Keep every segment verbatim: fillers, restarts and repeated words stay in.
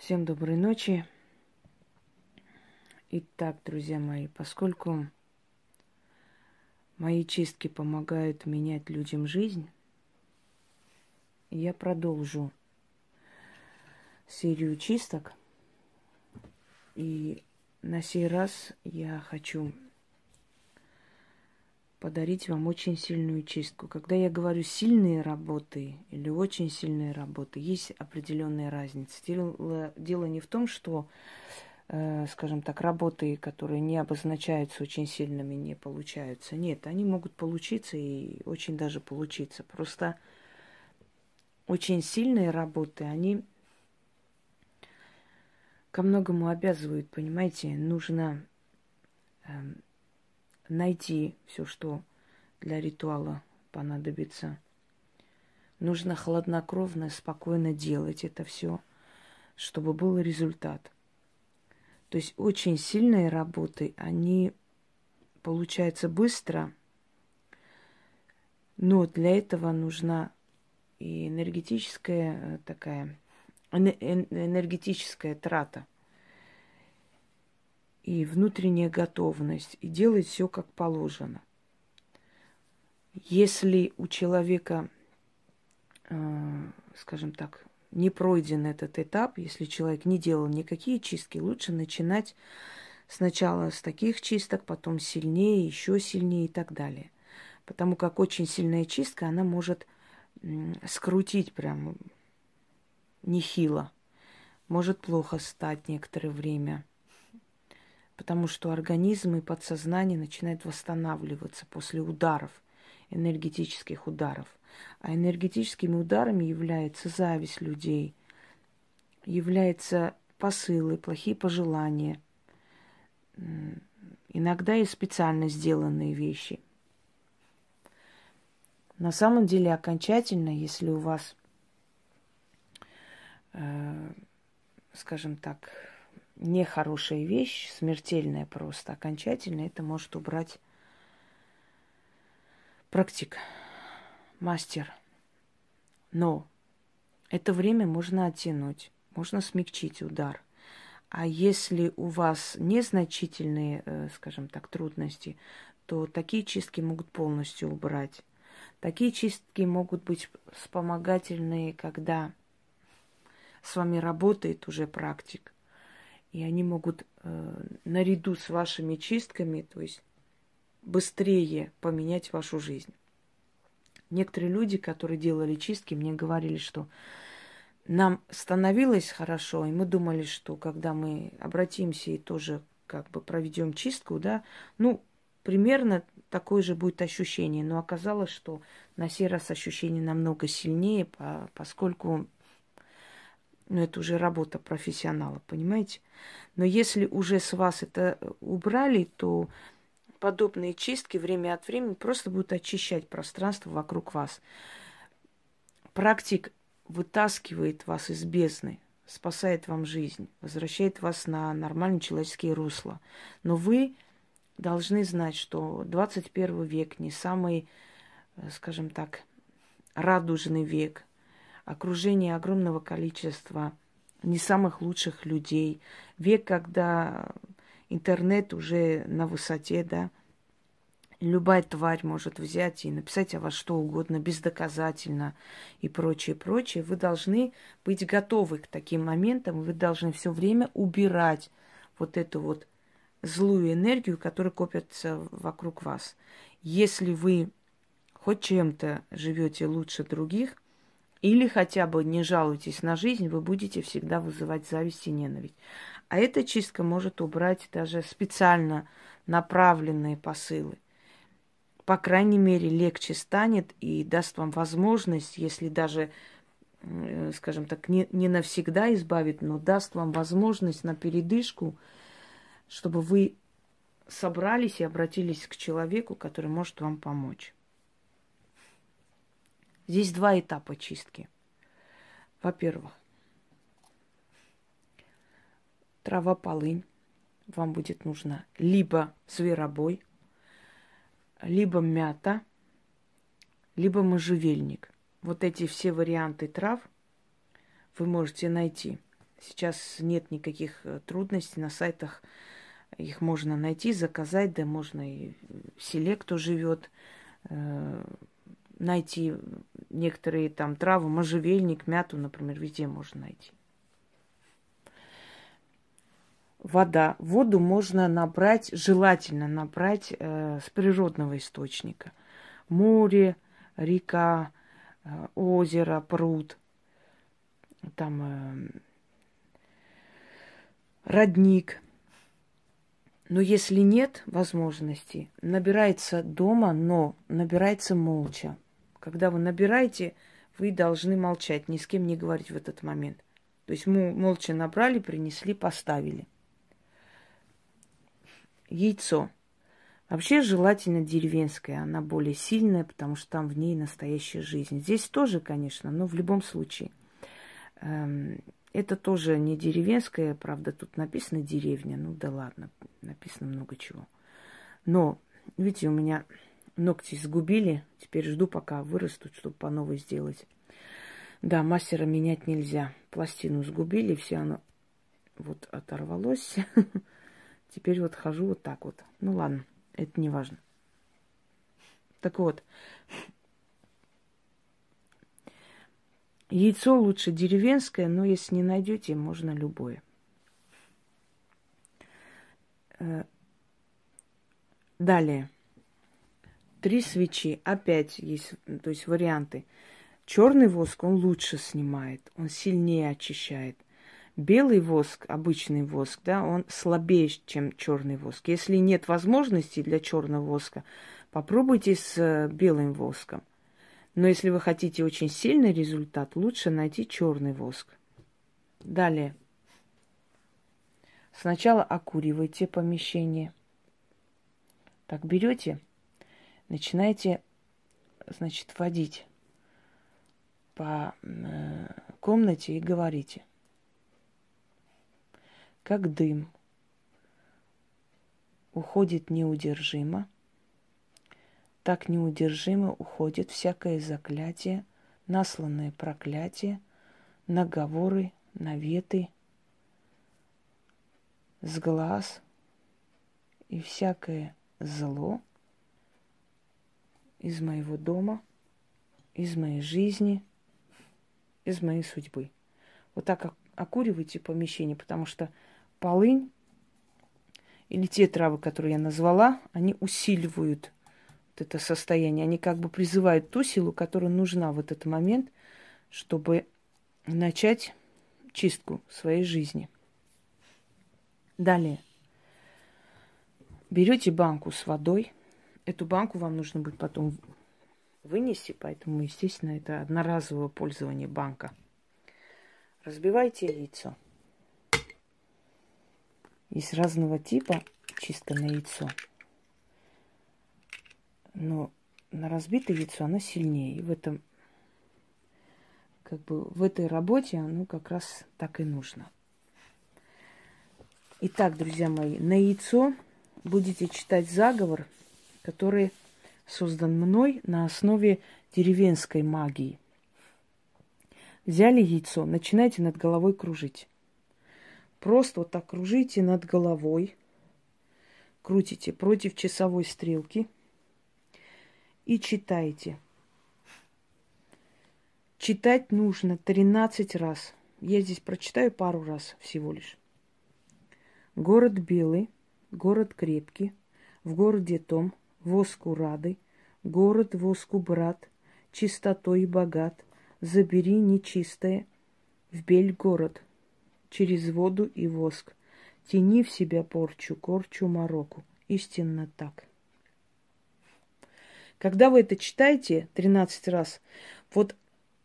Всем доброй ночи. Итак, друзья мои, поскольку мои чистки помогают менять людям жизнь, я продолжу серию чисток. И на сей раз я хочу подарить вам очень сильную чистку. Когда я говорю сильные работы или очень сильные работы, есть определенная разница. Дело, дело не в том, что э, скажем так, работы, которые не обозначаются очень сильными, не получаются. Нет, они могут получиться и очень даже получиться. Просто очень сильные работы, они ко многому обязывают, понимаете? Нужно э, найти все, что для ритуала понадобится. Нужно хладнокровно, спокойно делать это все, чтобы был результат. То есть очень сильные работы, они получаются быстро, но для этого нужна и энергетическая такая, энергетическая трата, и внутренняя готовность, и делать все как положено. Если у человека, скажем так, не пройден этот этап, если человек не делал никакие чистки, лучше начинать сначала с таких чисток, потом сильнее, еще сильнее и так далее. Потому как очень сильная чистка, она может скрутить прям нехило. Может плохо стать некоторое время. Потому что организм и подсознание начинают восстанавливаться после ударов, энергетических ударов. А энергетическими ударами является зависть людей, являются посылы, плохие пожелания, иногда и специально сделанные вещи. На самом деле, окончательно, если у вас, э, скажем так, нехорошая вещь, смертельная просто, окончательно это может убрать практик, мастер. Но это время можно оттянуть, можно смягчить удар. А если у вас незначительные, э, скажем так, трудности, то такие чистки могут полностью убрать. Такие чистки могут быть вспомогательные, когда с вами работает уже практик. И они могут э, наряду с вашими чистками, то есть быстрее поменять вашу жизнь. Некоторые люди, которые делали чистки, мне говорили, что нам становилось хорошо, и мы думали, что когда мы обратимся и тоже как бы проведем чистку, да, ну, примерно такое же будет ощущение. Но оказалось, что на сей раз ощущение намного сильнее, по, поскольку ну, это уже работа профессионала, понимаете? Но если уже с вас это убрали, то подобные чистки время от времени просто будут очищать пространство вокруг вас. Практик вытаскивает вас из бездны, спасает вам жизнь, возвращает вас на нормальные человеческие русла. Но вы должны знать, что двадцать первый век не самый, скажем так, радужный век. Окружение огромного количества не самых лучших людей. Век, когда интернет уже на высоте, да. Любая тварь может взять и написать о вас что угодно, бездоказательно и прочее, прочее. Вы должны быть готовы к таким моментам. Вы должны все время убирать вот эту вот злую энергию, которая копится вокруг вас. Если вы хоть чем-то живете лучше других, или хотя бы не жалуетесь на жизнь, вы будете всегда вызывать зависть и ненависть. А эта чистка может убрать даже специально направленные посылы. По крайней мере, легче станет и даст вам возможность, если даже, скажем так, не, не навсегда избавит, но даст вам возможность на передышку, чтобы вы собрались и обратились к человеку, который может вам помочь. Здесь два этапа чистки. Во-первых, трава полынь вам будет нужна либо зверобой, либо мята, либо можжевельник. Вот эти все варианты трав вы можете найти Сейчас нет никаких трудностей на сайтах. Их можно найти, заказать, да можно и в селе, кто живет, э, найти некоторые там травы, можжевельник, мяту, например, везде можно найти. Вода. Воду можно набрать, желательно набрать э, с природного источника. Море, река, э, озеро, пруд, там э, родник. Но если нет возможности, набирается дома, но набирается молча. Когда вы набираете, вы должны молчать, ни с кем не говорить в этот момент. То есть мы молча набрали, принесли, поставили. Яйцо. Вообще желательно деревенское, она более сильная, потому что там в ней настоящая жизнь. Здесь тоже, конечно, но в любом случае. Эм, это тоже не деревенское, правда, тут написано деревня, ну да ладно, написано много чего. Но, видите, у меня ногти сгубили, теперь жду, пока вырастут, чтобы по новой сделать. Да, мастера менять нельзя. Пластину сгубили, все оно вот оторвалось. Теперь вот хожу вот так вот. Ну ладно, это не важно. Так вот, яйцо лучше деревенское, но если не найдете, можно любое. Далее. Три свечи. Опять есть, то есть варианты. Черный воск, он лучше снимает, он сильнее очищает. Белый воск, обычный воск, да, он слабее, чем черный воск. Если нет возможности для черного воска, попробуйте с белым воском. Но если вы хотите очень сильный результат, лучше найти черный воск. Далее. Сначала окуривайте помещение. Так, берете, начинаете, значит, водить по э, комнате и говорите. Как дым уходит неудержимо, так неудержимо уходит всякое заклятие, насланное проклятие, наговоры, наветы с глаз и всякое зло из моего дома, из моей жизни, из моей судьбы. Вот так окуривайте помещение, потому что полынь или те травы, которые я назвала, они усиливают вот это состояние. Они как бы призывают ту силу, которая нужна в этот момент, чтобы начать чистку своей жизни. Далее. Берете банку с водой. Эту банку вам нужно будет потом вынести, поэтому, естественно, это одноразовое пользование банка. Разбивайте яйцо. Есть разного типа чистка на яйцо. Но на разбитое яйцо оно сильнее. И в этом, как бы, в этой работе оно как раз так и нужно. Итак, друзья мои, на яйцо будете читать заговор, который создан мной на основе деревенской магии. Взяли яйцо, начинайте над головой кружить. Просто вот так кружите над головой, крутите против часовой стрелки и читайте. Читать нужно тринадцать раз. Я здесь прочитаю пару раз всего лишь. Город белый, город крепкий, в городе том, воску рады, город воску брат, чистотой богат, забери нечистое, в бель город, через воду и воск, тяни в себя порчу, корчу мороку. Истинно так. Когда вы это читаете тринадцать раз, вот,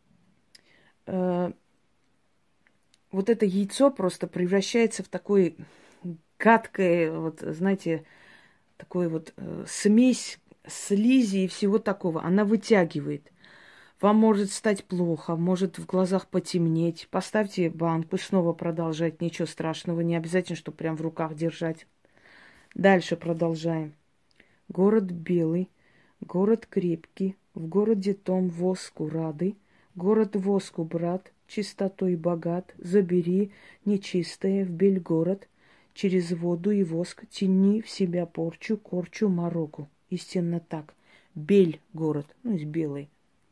э, вот это яйцо просто превращается в такое гадкое, вот, знаете, такой вот э, смесь слизи и всего такого. Она вытягивает. Вам может стать плохо, может в глазах потемнеть. Поставьте банку, снова продолжать. Ничего страшного, не обязательно, чтобы прям в руках держать. Дальше продолжаем. Город белый, город крепкий, в городе том воску рады, Город воску, брат, чистотой богат, забери нечистое в Бель-город, через воду и воск тяни в себя порчу, корчу, мороку. Истинно так. Бель-город, ну, из белый.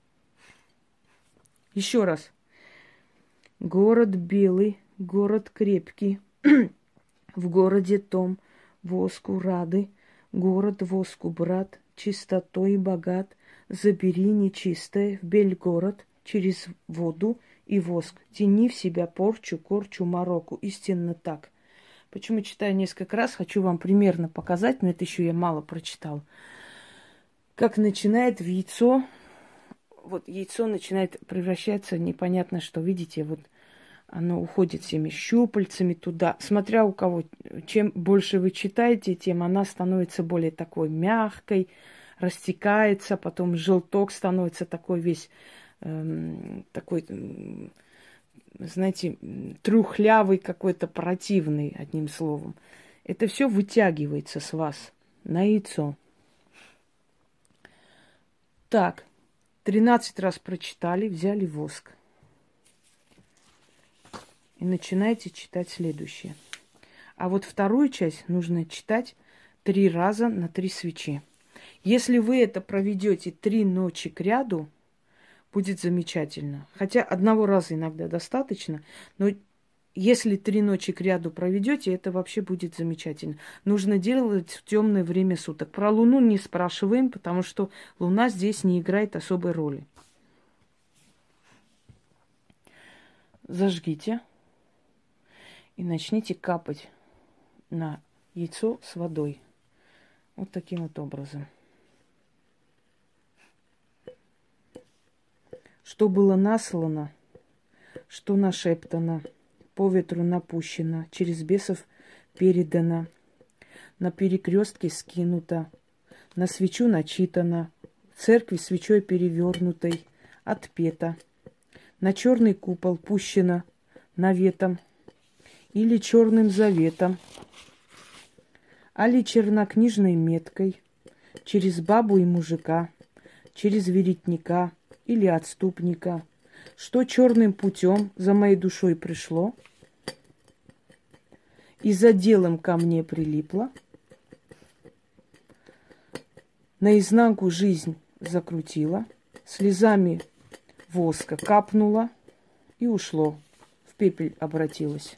Еще раз. Город белый, город крепкий, в городе том воску рады, город воску, брат, чистотой богат, забери нечистое в Бель-город, через воду и воск. Тяни в себя порчу, корчу, мороку. Истинно так. Почему читаю несколько раз? Хочу вам примерно показать, но это еще я мало прочитала. Как начинает в яйцо, вот яйцо начинает превращаться непонятно что. Видите, вот оно уходит всеми щупальцами туда. Смотря у кого, чем больше вы читаете, тем она становится более такой мягкой, растекается, потом желток становится такой весь такой, знаете, трухлявый какой-то, противный, одним словом. Это все вытягивается с вас на яйцо. Так, тринадцать раз прочитали, взяли воск. И начинаете читать следующее. А вот вторую часть нужно читать три раза на три свечи. Если вы это проведете три ночи кряду, будет замечательно. Хотя одного раза иногда достаточно, но если три ночи кряду проведете, это вообще будет замечательно. Нужно делать в темное время суток. Про Луну не спрашиваем, потому что Луна здесь не играет особой роли. Зажгите и начните капать на яйцо с водой. Вот таким вот образом. Что было наслано, что нашептано, по ветру напущено, через бесов передано, на перекрестке скинуто, на свечу начитано, в церкви свечой перевернутой, отпето, на черный купол пущено наветом или черным заветом, али чернокнижной меткой, через бабу и мужика, через веретника или отступника, что черным путем за моей душой пришло и за делом ко мне прилипло, наизнанку жизнь закрутила, слезами воска капнула и ушло, в пепель обратилась.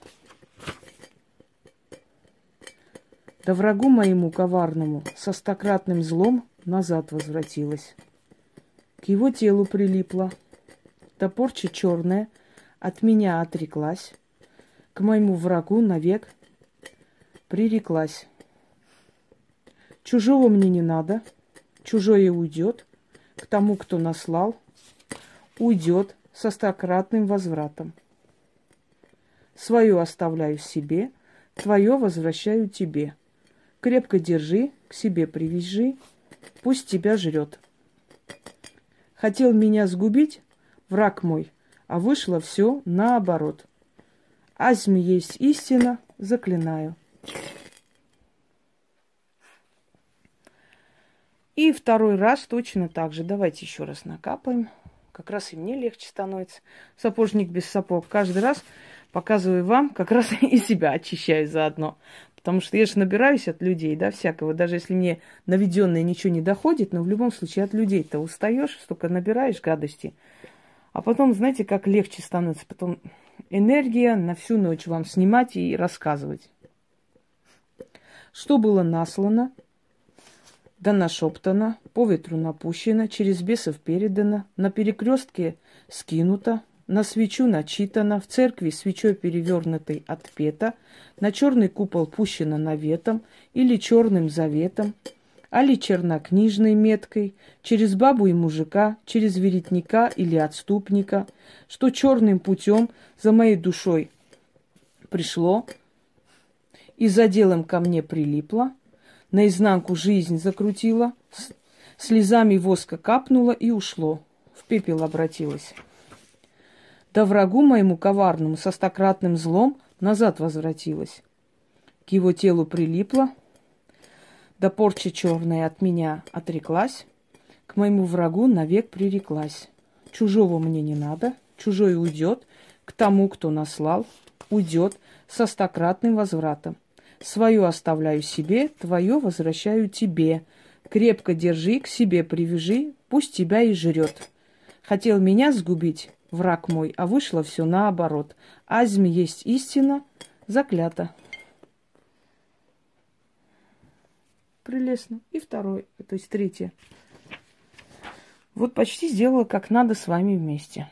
Да врагу моему коварному со стократным злом назад возвратилась. К его телу прилипла, да порча черная от меня отреклась, к моему врагу навек приреклась. Чужого мне не надо, чужое уйдет, к тому, кто наслал, уйдет со стократным возвратом. Свое оставляю себе, твое возвращаю тебе. Крепко держи, к себе привяжи, пусть тебя жрет. Хотел меня сгубить, враг мой, а вышло все наоборот. Азм есть истина, заклинаю. И второй раз точно так же. Давайте еще раз накапаем. Как раз и мне легче становится. Сапожник без сапог. Каждый раз показываю вам, как раз и себя очищаю заодно. Потому что я же набираюсь от людей, да, всякого. Даже если мне наведенное ничего не доходит, но в любом случае от людей-то устаешь, столько набираешь гадости. А потом, знаете, как легче становится. Потом энергия на всю ночь вам снимать и рассказывать. Что было наслано, да нашептано, по ветру напущено, через бесов передано, на перекрестке скинуто, на свечу начитано, в церкви свечой перевернутой отпето, на черный купол пущено наветом или черным заветом, али чернокнижной меткой, через бабу и мужика, через веретника или отступника, что черным путем за моей душой пришло и за делом ко мне прилипло, наизнанку жизнь закрутила, слезами воска капнула и ушло, в пепел обратилась. Да врагу моему коварному со стократным злом назад возвратилась. К его телу прилипла, да порча черная от меня отреклась, к моему врагу навек приреклась. чужого мне не надо, чужой уйдет, к тому, кто наслал, уйдет со стократным возвратом. Свое оставляю себе, твое возвращаю тебе. Крепко держи, к себе привяжи, пусть тебя и жрет. Хотел меня сгубить, враг мой, а вышло все наоборот. Азм есть истина, заклято. Прелестно. И второе, то есть третье. Вот почти сделала как надо с вами вместе.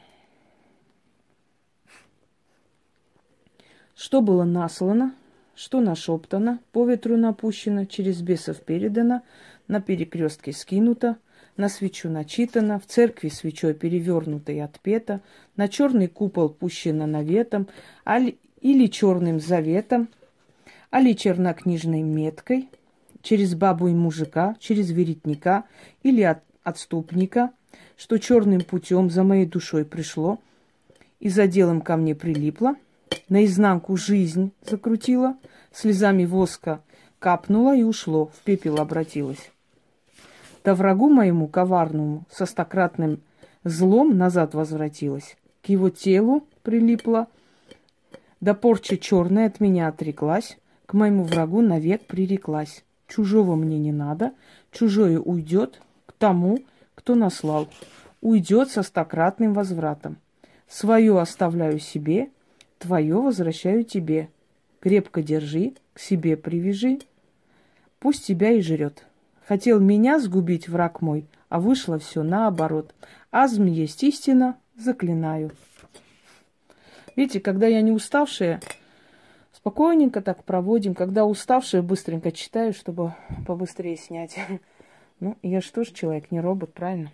Что было наслано, что нашептано, по ветру напущено, через бесов передано, на перекрестке скинуто, на свечу начитано, в церкви свечой перевернуто и отпето, на черный купол пущено наветом, али, или черным заветом, али чернокнижной меткой, через бабу и мужика, через веретника или от, отступника, что черным путем за моей душой пришло и за делом ко мне прилипло, наизнанку жизнь закрутила, слезами воска капнула и ушло, в пепел обратилась. Да врагу моему коварному со стократным злом назад возвратилась, к его телу прилипла, да порча черная от меня отреклась, к моему врагу навек приреклась. Чужого мне не надо, чужое уйдет к тому, кто наслал, уйдет со стократным возвратом. Свое оставляю себе, твое возвращаю тебе. Крепко держи, к себе привяжи, пусть тебя и жрет. Хотел меня сгубить враг мой, а вышло все наоборот. Азм есть истина, заклинаю. Видите, когда я не уставшая, спокойненько так проводим. Когда уставшая, быстренько читаю, чтобы побыстрее снять. Ну, я же тоже человек, не робот, правильно?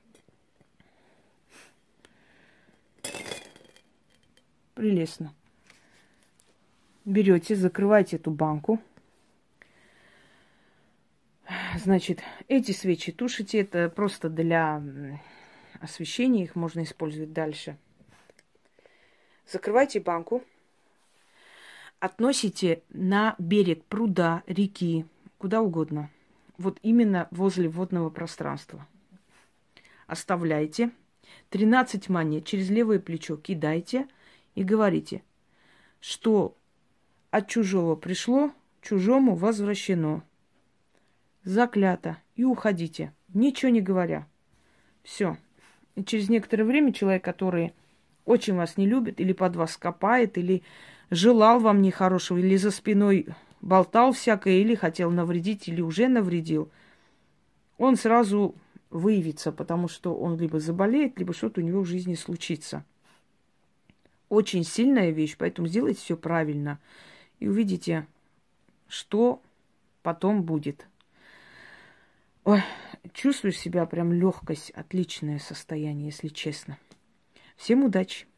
Прелестно. Берете, закрываете эту банку. Значит, эти свечи тушите. Это просто для освещения. Их можно использовать дальше. Закрывайте банку. Относите на берег пруда, реки, куда угодно. Вот именно возле водного пространства. Оставляйте. тринадцать монет через левое плечо кидайте и говорите, что от чужого пришло, чужому возвращено. Заклято. И уходите, ничего не говоря. Все. И через некоторое время человек, который очень вас не любит, или под вас копает, или желал вам нехорошего, или за спиной болтал всякое, или хотел навредить, или уже навредил, он сразу выявится, потому что он либо заболеет, либо что-то у него в жизни случится. Очень сильная вещь, поэтому сделайте все правильно. И увидите, что потом будет. Ой, чувствую себя прям легкость, отличное состояние, если честно. Всем удачи!